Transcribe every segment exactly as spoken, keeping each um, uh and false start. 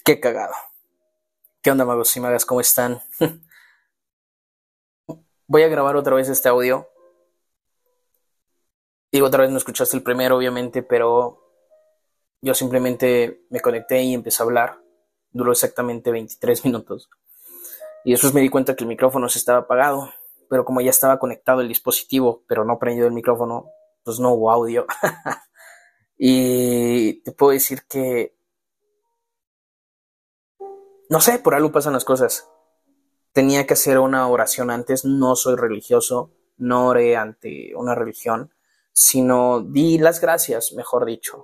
Qué cagado. ¿Qué onda, magos y magas? ¿Cómo están? Voy a grabar otra vez este audio. Digo, otra vez no escuchaste el primero, obviamente, pero yo simplemente me conecté y empecé a hablar. Duró exactamente veintitrés minutos. Y después me di cuenta que el micrófono se estaba apagado. Pero como ya estaba conectado el dispositivo, pero no prendido el micrófono, pues no hubo audio. Y te puedo decir que, no sé, por algo pasan las cosas. Tenía que hacer una oración antes, no soy religioso, no oré ante una religión, sino di las gracias, mejor dicho,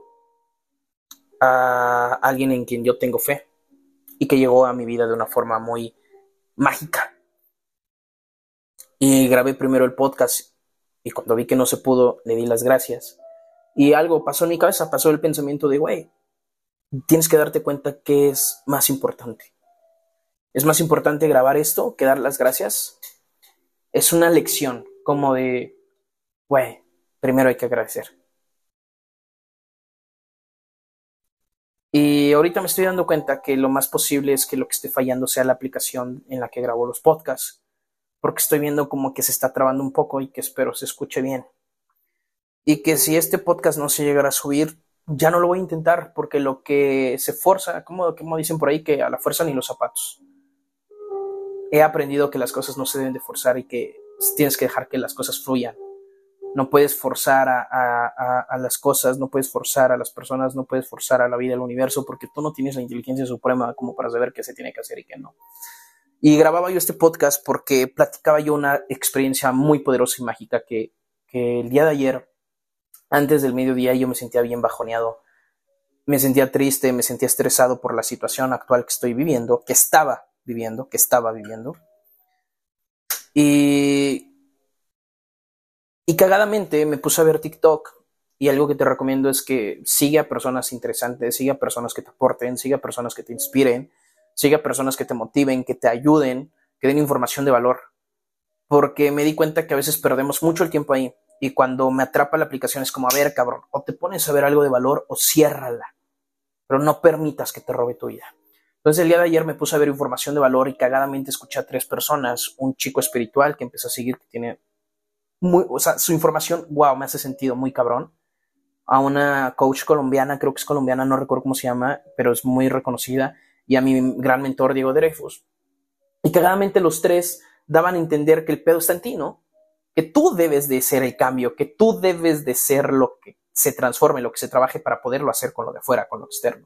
a alguien en quien yo tengo fe y que llegó a mi vida de una forma muy mágica. Y grabé primero el podcast y cuando vi que no se pudo, le di las gracias. Y algo pasó en mi cabeza, pasó el pensamiento de, güey, tienes que darte cuenta que es más importante. Es más importante grabar esto que dar las gracias. Es una lección como de, güey, primero hay que agradecer. Y ahorita me estoy dando cuenta que lo más posible es que lo que esté fallando sea la aplicación en la que grabo los podcasts, porque estoy viendo como que se está trabando un poco y que espero se escuche bien. Y que si este podcast no se llegara a subir, ya no lo voy a intentar, porque lo que se forza, como, como dicen por ahí, que a la fuerza ni los zapatos. He aprendido que las cosas no se deben de forzar y que tienes que dejar que las cosas fluyan. No puedes forzar a, a, a, las cosas, no puedes forzar a las personas, no puedes forzar a la vida, al universo, porque tú no tienes la inteligencia suprema como para saber qué se tiene que hacer y qué no. Y grababa yo este podcast porque platicaba yo una experiencia muy poderosa y mágica que, que el día de ayer, antes del mediodía, yo me sentía bien bajoneado. Me sentía triste, me sentía estresado por la situación actual que estoy viviendo, que estaba viviendo, que estaba viviendo. Y... Y cagadamente me puse a ver TikTok y algo que te recomiendo es que siga a personas interesantes, siga a personas que te aporten, siga a personas que te inspiren, siga a personas que te motiven, que te ayuden, que den información de valor. Porque me di cuenta que a veces perdemos mucho el tiempo ahí y cuando me atrapa la aplicación es como, a ver, cabrón, o te pones a ver algo de valor o ciérrala, pero no permitas que te robe tu vida. Entonces el día de ayer me puse a ver información de valor y cagadamente escuché a tres personas, un chico espiritual que empezó a seguir, que tiene... Muy, o sea, su información, wow, me hace sentido muy cabrón. A una coach colombiana, creo que es colombiana, no recuerdo cómo se llama, pero es muy reconocida, y a mi gran mentor, Diego Dreyfus. Y cagadamente los tres daban a entender que el pedo está en ti, ¿no? Que tú debes de ser el cambio, que tú debes de ser lo que se transforme, lo que se trabaje para poderlo hacer con lo de afuera, con lo externo.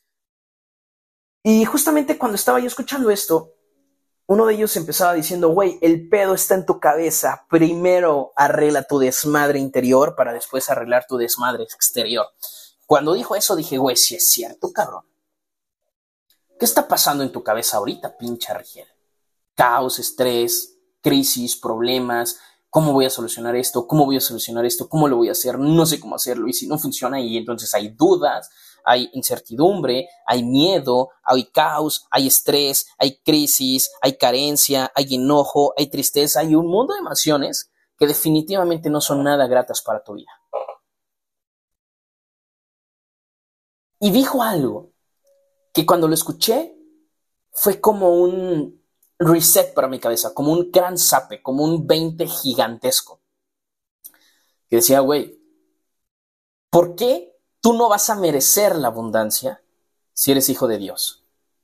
Y justamente cuando estaba yo escuchando esto, uno de ellos empezaba diciendo, güey, el pedo está en tu cabeza. Primero arregla tu desmadre interior para después arreglar tu desmadre exterior. Cuando dijo eso dije, güey, sí es cierto, cabrón. ¿Qué está pasando en tu cabeza ahorita, pinche Rigel? Caos, estrés, crisis, problemas. ¿Cómo voy a solucionar esto? ¿Cómo voy a solucionar esto? ¿Cómo lo voy a hacer? No sé cómo hacerlo. Y si no funciona, y entonces hay dudas, hay incertidumbre, hay miedo, hay caos, hay estrés, hay crisis, hay carencia, hay enojo, hay tristeza, hay un mundo de emociones que definitivamente no son nada gratas para tu vida. Y dijo algo que cuando lo escuché fue como un reset para mi cabeza, como un gran zape, como un veinte gigantesco. Que decía, güey, ¿por qué tú no vas a merecer la abundancia si eres hijo de Dios?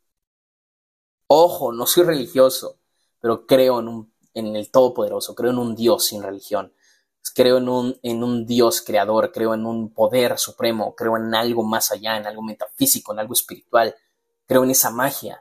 Ojo, no soy religioso, pero creo en, un, en el Todopoderoso, creo en un Dios sin religión, creo en un, en un Dios creador, creo en un poder supremo, creo en algo más allá, en algo metafísico, en algo espiritual, creo en esa magia.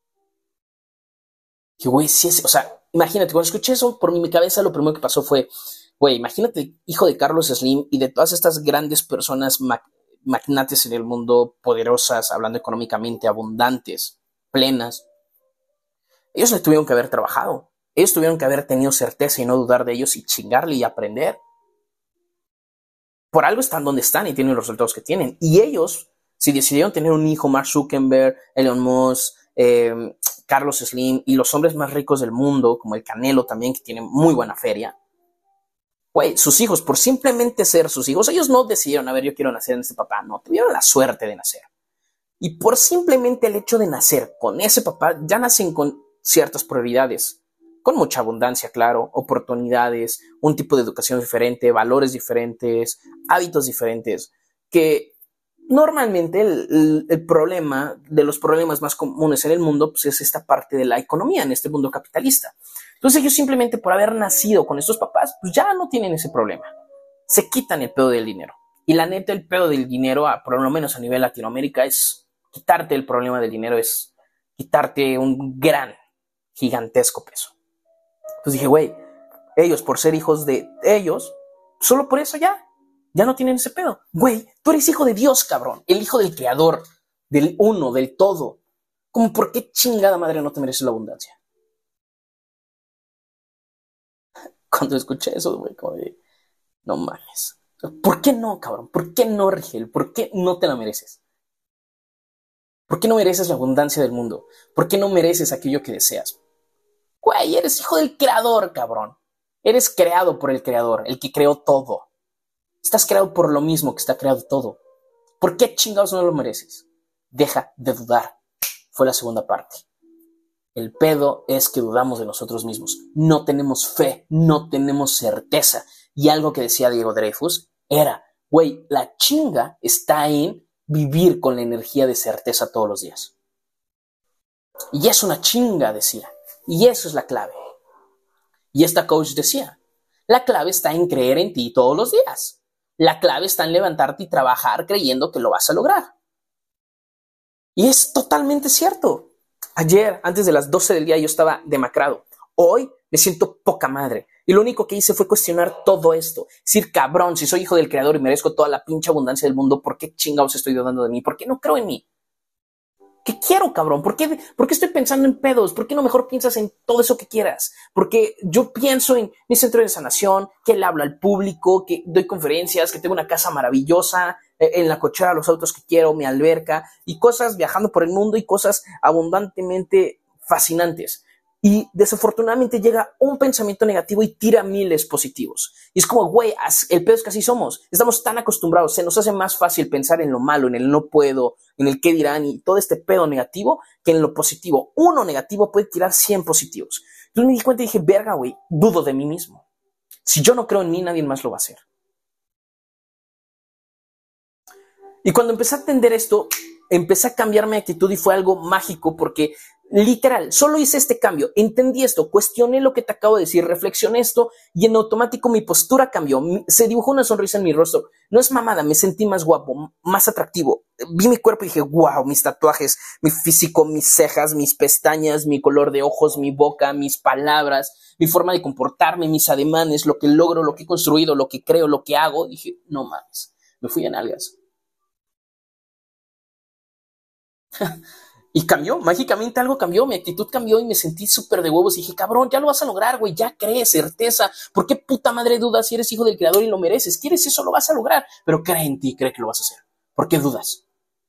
Que güey, sí es, o sea, imagínate, cuando escuché eso, por mi cabeza lo primero que pasó fue, güey, imagínate, hijo de Carlos Slim y de todas estas grandes personas mag- magnates en el mundo, poderosas, hablando económicamente, abundantes, plenas. Ellos le tuvieron que haber trabajado. Ellos tuvieron que haber tenido certeza y no dudar de ellos y chingarle y aprender. Por algo están donde están y tienen los resultados que tienen. Y ellos, si decidieron tener un hijo, Mark Zuckerberg, Elon Musk, eh, Carlos Slim y los hombres más ricos del mundo, como el Canelo también, que tiene muy buena feria, güey, sus hijos, por simplemente ser sus hijos, ellos no decidieron, a ver, yo quiero nacer en este papá, no, tuvieron la suerte de nacer. Y por simplemente el hecho de nacer con ese papá, ya nacen con ciertas prioridades, con mucha abundancia, claro, oportunidades, un tipo de educación diferente, valores diferentes, hábitos diferentes, que normalmente el, el, el problema, de los problemas más comunes en el mundo, pues es esta parte de la economía, en este mundo capitalista. Entonces ellos simplemente por haber nacido con estos papás, pues ya no tienen ese problema. Se quitan el pedo del dinero. Y la neta, el pedo del dinero, por lo menos a nivel Latinoamérica, es quitarte el problema del dinero, es quitarte un gran, gigantesco peso. Entonces dije, güey, ellos por ser hijos de ellos, solo por eso ya, ya no tienen ese pedo. Güey, tú eres hijo de Dios, cabrón, el hijo del creador, del uno, del todo. ¿Cómo por qué chingada madre no te mereces la abundancia? Cuando escuché eso, güey, como de, no mames. ¿Por qué no, cabrón? ¿Por qué no, Rigel? ¿Por qué no te la mereces? ¿Por qué no mereces la abundancia del mundo? ¿Por qué no mereces aquello que deseas? Güey, eres hijo del creador, cabrón. Eres creado por el creador, el que creó todo. Estás creado por lo mismo que está creado todo. ¿Por qué chingados no lo mereces? Deja de dudar. Fue la segunda parte. El pedo es que dudamos de nosotros mismos. No tenemos fe, no tenemos certeza. Y algo que decía Diego Dreyfus era, güey, la chinga está en vivir con la energía de certeza todos los días. Y es una chinga, decía. Y eso es la clave. Y esta coach decía, la clave está en creer en ti todos los días. La clave está en levantarte y trabajar creyendo que lo vas a lograr. Y es totalmente cierto. Ayer, antes de las doce del día, yo estaba demacrado. Hoy me siento poca madre. Y lo único que hice fue cuestionar todo esto. Decir, cabrón, si soy hijo del creador y merezco toda la pinche abundancia del mundo, ¿por qué chingados estoy dudando de mí? ¿Por qué no creo en mí? ¿Qué quiero, cabrón? ¿Por qué, ¿Por qué estoy pensando en pedos? ¿Por qué no mejor piensas en todo eso que quieras? Porque yo pienso en mi centro de sanación, que le hablo al público, que doy conferencias, que tengo una casa maravillosa, eh, en la cochera los autos que quiero, mi alberca, y cosas viajando por el mundo y cosas abundantemente fascinantes. Y desafortunadamente llega un pensamiento negativo y tira miles positivos. Y es como, güey, el pedo es que así somos. Estamos tan acostumbrados, se nos hace más fácil pensar en lo malo, en el no puedo, en el qué dirán y todo este pedo negativo que en lo positivo. Uno negativo puede tirar cien positivos. Entonces me di cuenta y dije, verga, güey, dudo de mí mismo. Si yo no creo en mí, nadie más lo va a hacer. Y cuando empecé a entender esto, empecé a cambiar mi actitud y fue algo mágico porque literal, solo hice este cambio, entendí esto, cuestioné lo que te acabo de decir, reflexioné esto y en automático mi postura cambió, se dibujó una sonrisa en mi rostro. No es mamada, me sentí más guapo, más atractivo. Vi mi cuerpo y dije, wow, mis tatuajes, mi físico, mis cejas, mis pestañas, mi color de ojos, mi boca, mis palabras, mi forma de comportarme, mis ademanes, lo que logro, lo que he construido, lo que creo, lo que hago. Dije, no mames, me fui en algas. Y cambió, mágicamente algo cambió, mi actitud cambió y me sentí súper de huevos. Y dije, cabrón, ya lo vas a lograr, güey, ya crees, certeza. ¿Por qué puta madre dudas si eres hijo del creador y lo mereces? ¿Quieres eso? Lo vas a lograr. Pero cree en ti, cree que lo vas a hacer. ¿Por qué dudas?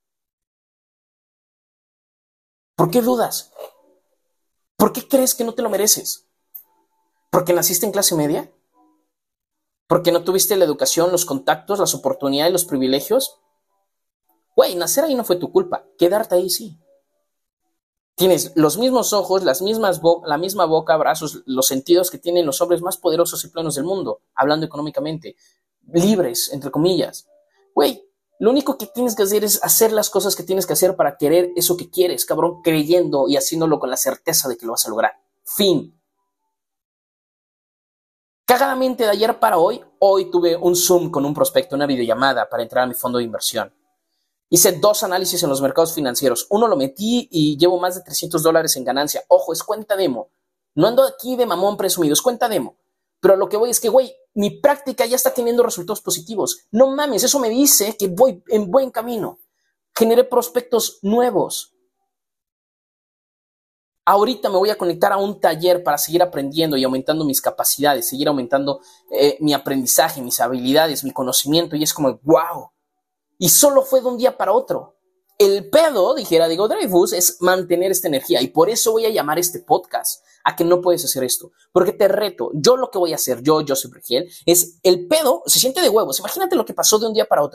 ¿Por qué dudas? ¿Por qué crees que no te lo mereces? ¿Porque naciste en clase media? ¿Porque no tuviste la educación, los contactos, las oportunidades, los privilegios? Güey, nacer ahí no fue tu culpa, quedarte ahí sí. Tienes los mismos ojos, las mismas bo- la misma boca, brazos, los sentidos que tienen los hombres más poderosos y plenos del mundo, hablando económicamente, libres, entre comillas. Güey, lo único que tienes que hacer es hacer las cosas que tienes que hacer para querer eso que quieres, cabrón, creyendo y haciéndolo con la certeza de que lo vas a lograr. Fin. Cagadamente de ayer para hoy, hoy tuve un Zoom con un prospecto, una videollamada para entrar a mi fondo de inversión. Hice dos análisis en los mercados financieros. Uno lo metí y llevo más de trescientos dólares en ganancia. Ojo, es cuenta demo. No ando aquí de mamón presumido, es cuenta demo. Pero lo que voy es que, güey, mi práctica ya está teniendo resultados positivos. No mames, eso me dice que voy en buen camino. Generé prospectos nuevos. Ahorita me voy a conectar a un taller para seguir aprendiendo y aumentando mis capacidades, seguir aumentando eh, mi aprendizaje, mis habilidades, mi conocimiento. Y es como, wow. Y solo fue de un día para otro. El pedo, dijera Diego Dreyfus, es mantener esta energía. Y por eso voy a llamar este podcast a que no puedes hacer esto. Porque te reto. Yo lo que voy a hacer, yo, Joseph Rigel, es el pedo, se siente de huevos. Imagínate lo que pasó de un día para otro.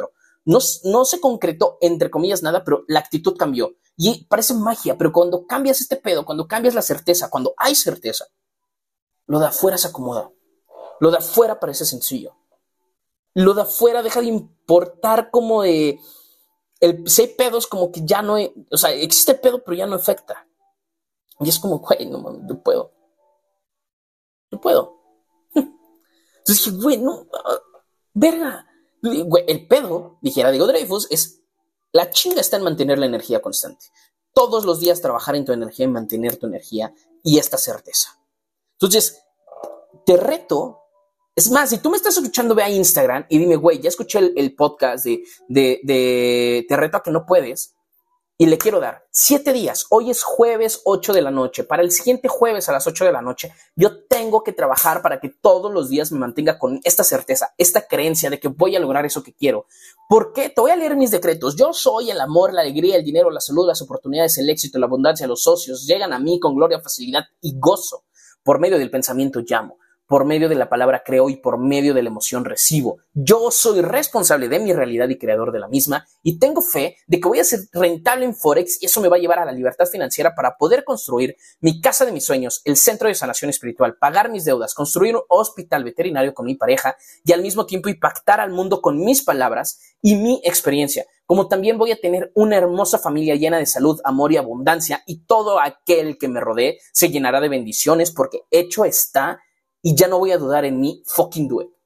No, no se concretó, entre comillas, nada, pero la actitud cambió. Y parece magia, pero cuando cambias este pedo, cuando cambias la certeza, cuando hay certeza, lo de afuera se acomoda. Lo de afuera parece sencillo. Lo de afuera deja de importar como de... El, si hay pedos como que ya no... Hay, o sea, existe pedo, pero ya no afecta. Y es como, güey, no mames, yo puedo. Yo puedo. Entonces dije, güey, no... Uh, verga. Güey, el pedo, dijera Diego Dreyfus, es... La chinga está en mantener la energía constante. Todos los días trabajar en tu energía, en mantener tu energía y esta certeza. Entonces, te reto... Es más, si tú me estás escuchando, ve a Instagram y dime, güey, ya escuché el, el podcast de, de, de Te reto a que no puedes y le quiero dar siete días. Hoy es jueves ocho de la noche. Para el siguiente jueves a las ocho de la noche, yo tengo que trabajar para que todos los días me mantenga con esta certeza, esta creencia de que voy a lograr eso que quiero. ¿Por qué? Te voy a leer mis decretos. Yo soy el amor, la alegría, el dinero, la salud, las oportunidades, el éxito, la abundancia, los socios. Llegan a mí con gloria, facilidad y gozo. Por medio del pensamiento llamo. Por medio de la palabra creo y por medio de la emoción recibo. Yo soy responsable de mi realidad y creador de la misma y tengo fe de que voy a ser rentable en Forex y eso me va a llevar a la libertad financiera para poder construir mi casa de mis sueños, el centro de sanación espiritual, pagar mis deudas, construir un hospital veterinario con mi pareja y al mismo tiempo impactar al mundo con mis palabras y mi experiencia. Como también voy a tener una hermosa familia llena de salud, amor y abundancia y todo aquel que me rodee se llenará de bendiciones porque hecho está. Y ya no voy a dudar en mí, fucking do it.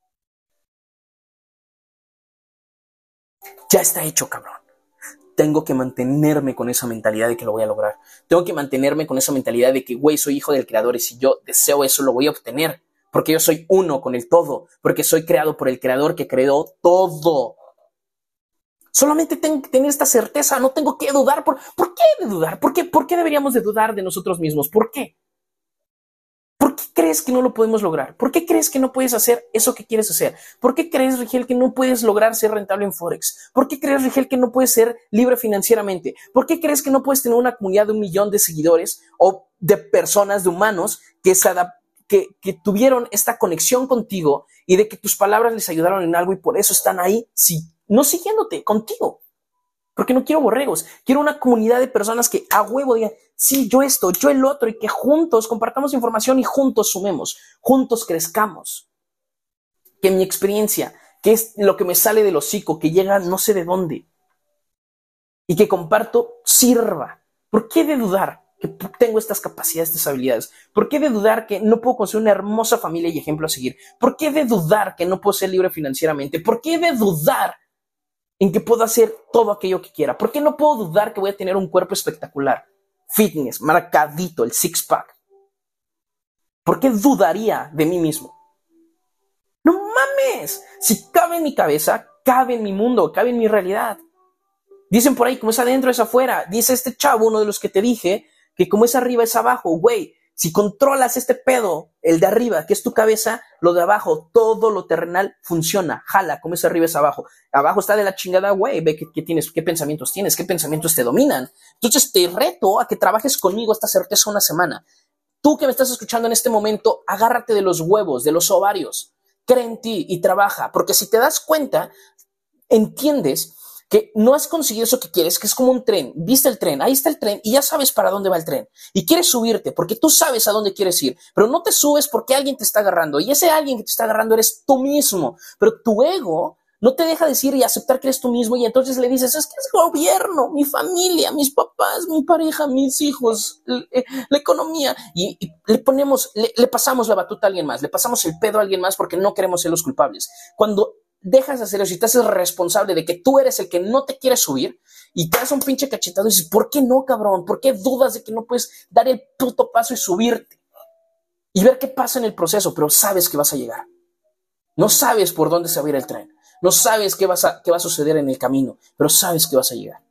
Ya está hecho, cabrón. Tengo que mantenerme con esa mentalidad de que lo voy a lograr. Tengo que mantenerme con esa mentalidad de que, güey, soy hijo del creador y si yo deseo eso, lo voy a obtener. Porque yo soy uno con el todo. Porque soy creado por el creador que creó todo. Solamente tengo que tener esta certeza. No tengo que dudar. ¿Por, ¿por qué de dudar? ¿Por qué, ¿Por qué deberíamos de dudar de nosotros mismos? ¿Por qué? ¿Por qué crees que no lo podemos lograr? ¿Por qué crees que no puedes hacer eso que quieres hacer? ¿Por qué crees, Rigel, que no puedes lograr ser rentable en Forex? ¿Por qué crees, Rigel, que no puedes ser libre financieramente? ¿Por qué crees que no puedes tener una comunidad de un millón de seguidores o de personas, de humanos que, se que, que tuvieron esta conexión contigo y de que tus palabras les ayudaron en algo y por eso están ahí, sí, no siguiéndote, contigo? Porque no quiero borregos, quiero una comunidad de personas que a huevo digan, sí, yo esto, yo el otro, y que juntos compartamos información y juntos sumemos, juntos crezcamos. Que mi experiencia, que es lo que me sale del hocico, que llega no sé de dónde, y que comparto, sirva. ¿Por qué de dudar que tengo estas capacidades, estas habilidades? ¿Por qué de dudar que no puedo construir una hermosa familia y ejemplo a seguir? ¿Por qué de dudar que no puedo ser libre financieramente? ¿Por qué de dudar en que puedo hacer todo aquello que quiera? ¿Por qué no puedo dudar que voy a tener un cuerpo espectacular? Fitness, marcadito, el six-pack. ¿Por qué dudaría de mí mismo? ¡No mames! Si cabe en mi cabeza, cabe en mi mundo, cabe en mi realidad. Dicen por ahí, como es adentro es afuera. Dice este chavo, uno de los que te dije, que como es arriba es abajo. Güey, si controlas este pedo, el de arriba, que es tu cabeza, lo de abajo, todo lo terrenal funciona, jala, como es arriba es abajo. Abajo está de la chingada, güey, ve qué, qué tienes, qué pensamientos tienes, qué pensamientos te dominan. Entonces te reto a que trabajes conmigo esta certeza una semana. Tú que me estás escuchando en este momento, agárrate de los huevos, de los ovarios, cree en ti y trabaja, porque si te das cuenta, entiendes que no has conseguido eso que quieres, que es como un tren. Viste el tren, ahí está el tren y ya sabes para dónde va el tren. Y quieres subirte porque tú sabes a dónde quieres ir, pero no te subes porque alguien te está agarrando. Y ese alguien que te está agarrando eres tú mismo. Pero tu ego no te deja decir y aceptar que eres tú mismo y entonces le dices, es que es gobierno, mi familia, mis papás, mi pareja, mis hijos, la economía. Y, y le ponemos, le, le pasamos la batuta a alguien más, le pasamos el pedo a alguien más porque no queremos ser los culpables. Cuando dejas de hacer eso y te haces responsable de que tú eres el que no te quiere subir y te das un pinche cachetado y dices, ¿por qué no, cabrón? ¿Por qué dudas de que no puedes dar el puto paso y subirte? Y ver qué pasa en el proceso, pero sabes que vas a llegar. No sabes por dónde se va a ir el tren. No sabes qué, vas a, qué va a suceder en el camino, pero sabes que vas a llegar.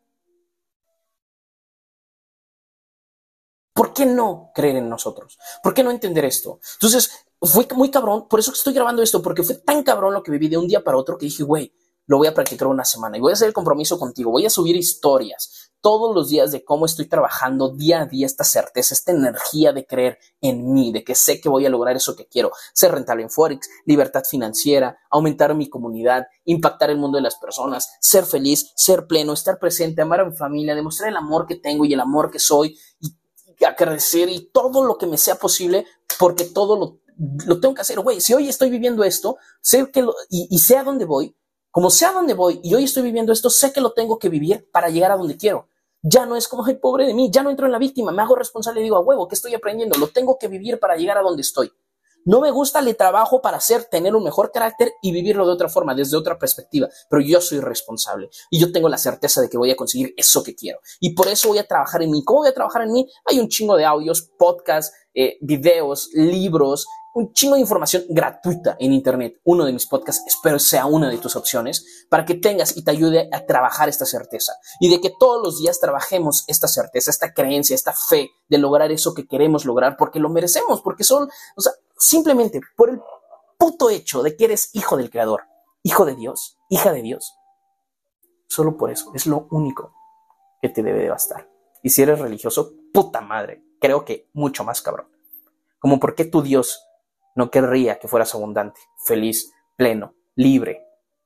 ¿Por qué no creer en nosotros? ¿Por qué no entender esto? Entonces, fue muy cabrón, por eso que estoy grabando esto, porque fue tan cabrón lo que viví de un día para otro que dije, güey, lo voy a practicar una semana y voy a hacer el compromiso contigo. Voy a subir historias todos los días de cómo estoy trabajando día a día esta certeza, esta energía de creer en mí, de que sé que voy a lograr eso que quiero, ser rentable en Forex, libertad financiera, aumentar mi comunidad, impactar el mundo de las personas, ser feliz, ser pleno, estar presente, amar a mi familia, demostrar el amor que tengo y el amor que soy y, y agradecer y todo lo que me sea posible, porque todo lo, lo tengo que hacer. Güey, si hoy estoy viviendo esto, sé que lo, y, y sé a dónde voy, como sé a dónde voy y hoy estoy viviendo esto, sé que lo tengo que vivir para llegar a donde quiero. Ya no es como, ay, pobre de mí, ya no entro en la víctima, me hago responsable y digo, a huevo, ¿qué estoy aprendiendo? Lo tengo que vivir para llegar a donde estoy. No me gusta, le trabajo para hacer, tener un mejor carácter y vivirlo de otra forma, desde otra perspectiva, pero yo soy responsable y yo tengo la certeza de que voy a conseguir eso que quiero. Y por eso voy a trabajar en mí. ¿Cómo voy a trabajar en mí? Hay un chingo de audios, podcasts, eh, videos, libros, un chingo de información gratuita en internet. Uno de mis podcasts, espero sea una de tus opciones para que tengas y te ayude a trabajar esta certeza y de que todos los días trabajemos esta certeza, esta creencia, esta fe de lograr eso que queremos lograr porque lo merecemos, porque son, o sea, simplemente por el puto hecho de que eres hijo del Creador, hijo de Dios, hija de Dios. Solo por eso es lo único que te debe de bastar. Y si eres religioso, puta madre, creo que mucho más cabrón. Como por qué tu Dios no querría que fueras abundante, feliz, pleno, libre.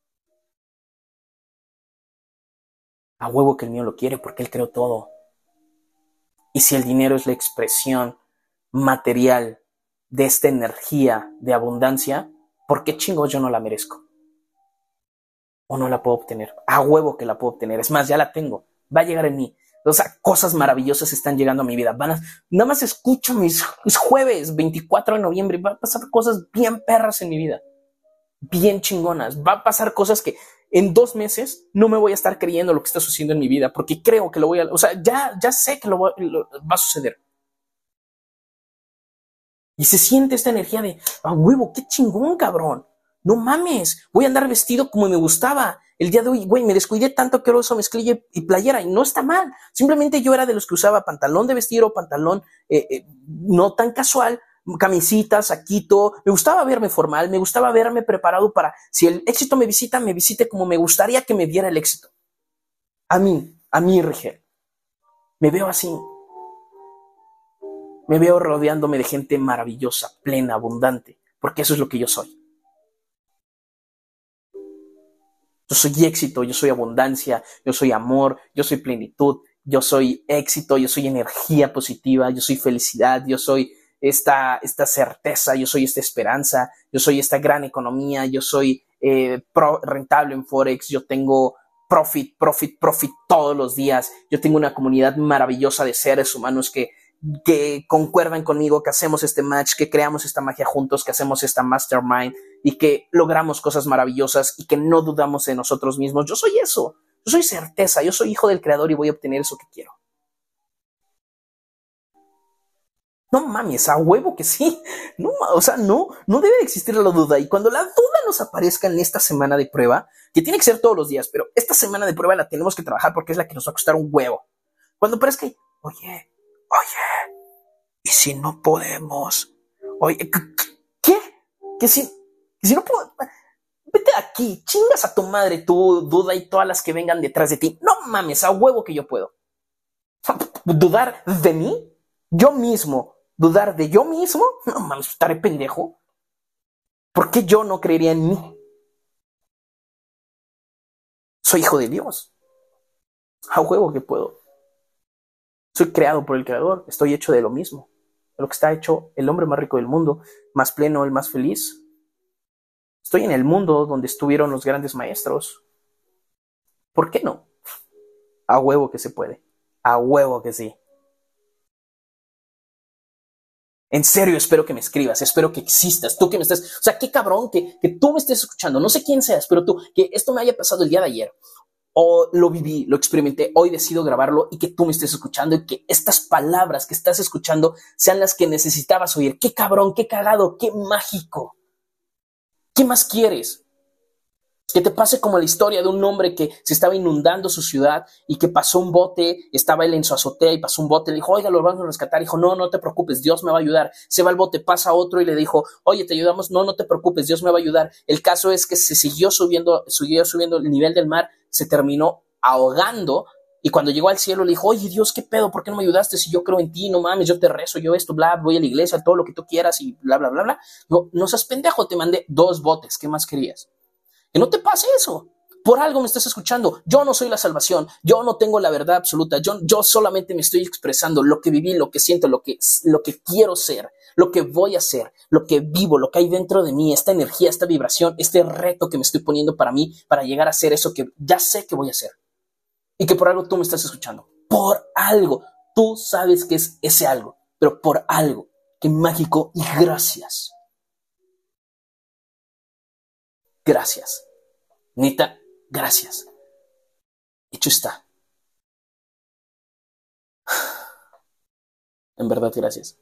A huevo que el mío lo quiere porque él creó todo. Y si el dinero es la expresión material de esta energía de abundancia, ¿por qué chingos yo no la merezco? ¿O no la puedo obtener? A huevo que la puedo obtener. Es más, ya la tengo. Va a llegar en mí. O sea, cosas maravillosas están llegando a mi vida. Van a, nada más escucho mis, mis jueves, veinticuatro de noviembre. Va a pasar cosas bien perras en mi vida. Bien chingonas. Va a pasar cosas que en dos meses no me voy a estar creyendo lo que está sucediendo en mi vida. Porque creo que lo voy a... O sea, ya, ya sé que lo, lo, lo va a suceder. Y se siente esta energía de, ah, huevo, qué chingón, cabrón. No mames, voy a andar vestido como me gustaba. El día de hoy, güey, me descuidé tanto que ahora uso mezclilla y playera y no está mal. Simplemente yo era de los que usaba pantalón de vestir o pantalón eh, eh, no tan casual, camisita, saquito. Me gustaba verme formal, me gustaba verme preparado para, si el éxito me visita, me visite como me gustaría que me diera el éxito. A mí, a mí, Rigel. Me veo así. Me veo rodeándome de gente maravillosa, plena, abundante, porque eso es lo que yo soy. Yo soy éxito, yo soy abundancia, yo soy amor, yo soy plenitud, yo soy éxito, yo soy energía positiva, yo soy felicidad, yo soy esta, esta certeza, yo soy esta esperanza, yo soy esta gran economía, yo soy eh, pro, rentable en Forex, yo tengo profit, profit, profit todos los días, yo tengo una comunidad maravillosa de seres humanos que que concuerdan conmigo, que hacemos este match, que creamos esta magia juntos, que hacemos esta mastermind y que logramos cosas maravillosas y que no dudamos de nosotros mismos. Yo soy eso, yo soy certeza, yo soy hijo del Creador y voy a obtener eso que quiero. No mames, a huevo que sí. No, o sea, no, no debe de existir la duda. Y cuando la duda nos aparezca en esta semana de prueba, que tiene que ser todos los días, pero esta semana de prueba la tenemos que trabajar porque es la que nos va a costar un huevo. Cuando parezca, oye, Oye, ¿y si no podemos? Oye, ¿qué? ¿Que si, que si no puedo? Vete de aquí, chingas a tu madre, tu duda y todas las que vengan detrás de ti. No mames, a huevo que yo puedo. ¿Dudar de mí? ¿Yo mismo? ¿Dudar de yo mismo? No mames, estaré pendejo. ¿Por qué yo no creería en mí? Soy hijo de Dios. A huevo que puedo. Soy creado por el Creador, estoy hecho de lo mismo, de lo que está hecho el hombre más rico del mundo, más pleno, el más feliz. Estoy en el mundo donde estuvieron los grandes maestros. ¿Por qué no? A huevo que se puede, a huevo que sí. En serio, espero que me escribas, espero que existas, tú que me estás, o sea, qué cabrón que, que tú me estés escuchando, no sé quién seas, pero tú, que esto me haya pasado el día de ayer. O lo viví, lo experimenté, hoy decido grabarlo y que tú me estés escuchando y que estas palabras que estás escuchando sean las que necesitabas oír. ¡Qué cabrón, qué cagado, qué mágico! ¿Qué más quieres? Que te pase como la historia de un hombre que se estaba inundando su ciudad y que pasó un bote, estaba él en su azotea y pasó un bote, le dijo, oiga, lo vamos a rescatar. Dijo, no, no te preocupes, Dios me va a ayudar. Se va al bote, pasa otro y le dijo, oye, te ayudamos. No, no te preocupes, Dios me va a ayudar. El caso es que se siguió subiendo, siguió subiendo el nivel del mar, se terminó ahogando. Y cuando llegó al cielo le dijo, oye, Dios, ¿qué pedo? ¿Por qué no me ayudaste? Si yo creo en ti, no mames, yo te rezo, yo esto, bla, voy a la iglesia, todo lo que tú quieras y bla, bla, bla, bla. No, no seas pendejo, te mandé dos botes, ¿qué más querías? Que no te pase eso. Por algo me estás escuchando. Yo no soy la salvación. Yo no tengo la verdad absoluta. Yo, yo solamente me estoy expresando lo que viví, lo que siento, lo que, lo que quiero ser, lo que voy a ser, lo que vivo, lo que hay dentro de mí, esta energía, esta vibración, este reto que me estoy poniendo para mí, para llegar a ser eso que ya sé que voy a ser. Y que por algo tú me estás escuchando. Por algo. Tú sabes que es ese algo, pero por algo. Qué mágico y gracias. Gracias. Neta, gracias. Hecho está. En verdad, gracias.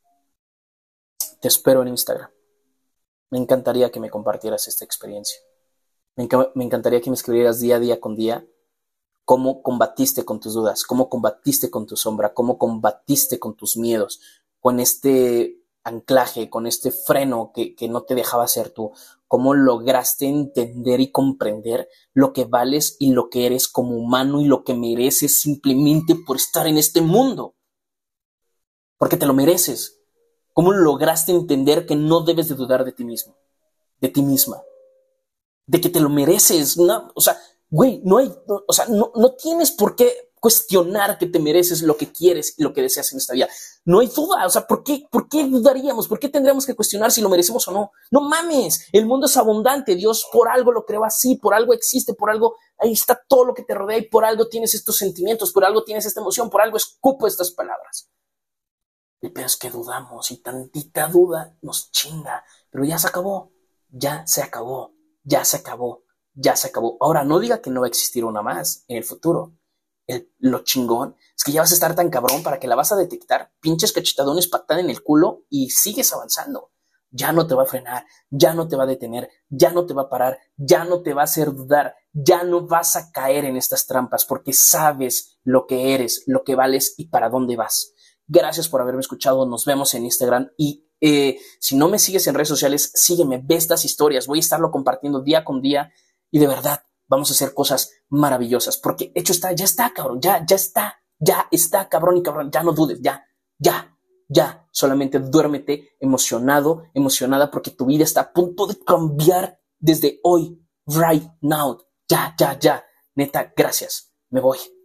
Te espero en Instagram. Me encantaría que me compartieras esta experiencia. Me, enc- me encantaría que me escribieras día a día con día cómo combatiste con tus dudas, cómo combatiste con tu sombra, cómo combatiste con tus miedos, con este anclaje, con este freno que, que no te dejaba ser tú, cómo lograste entender y comprender lo que vales y lo que eres como humano y lo que mereces simplemente por estar en este mundo, porque te lo mereces. ¿Cómo lograste entender que no debes de dudar de ti mismo, de ti misma, de que te lo mereces? No, o sea, güey, no hay, no, o sea, no, no tienes por qué cuestionar que te mereces lo que quieres y lo que deseas en esta vida. No hay duda, o sea, ¿por qué, por qué dudaríamos? ¿Por qué tendríamos que cuestionar si lo merecemos o no? No mames, el mundo es abundante, Dios por algo lo creó así, por algo existe, por algo, ahí está todo lo que te rodea y por algo tienes estos sentimientos, por algo tienes esta emoción, por algo escupo estas palabras. El peor es que dudamos y tantita duda nos chinga, pero ya se acabó, ya se acabó, ya se acabó, ya se acabó. Ahora, no diga que no va a existir una más en el futuro. El, lo chingón es que ya vas a estar tan cabrón para que la vas a detectar, pinches cachetadones, patada en el culo y sigues avanzando. Ya no te va a frenar, ya no te va a detener, ya no te va a parar, ya no te va a hacer dudar, ya no vas a caer en estas trampas porque sabes lo que eres, lo que vales y para dónde vas. Gracias por haberme escuchado, nos vemos en Instagram y eh, si no me sigues en redes sociales, sígueme, ve estas historias, voy a estarlo compartiendo día con día y de verdad vamos a hacer cosas maravillosas porque hecho está, ya está, cabrón, ya, ya está, ya está, cabrón y cabrón, ya no dudes, ya, ya, ya, solamente duérmete emocionado, emocionada porque tu vida está a punto de cambiar desde hoy, right now, ya, ya, ya, neta, gracias, me voy.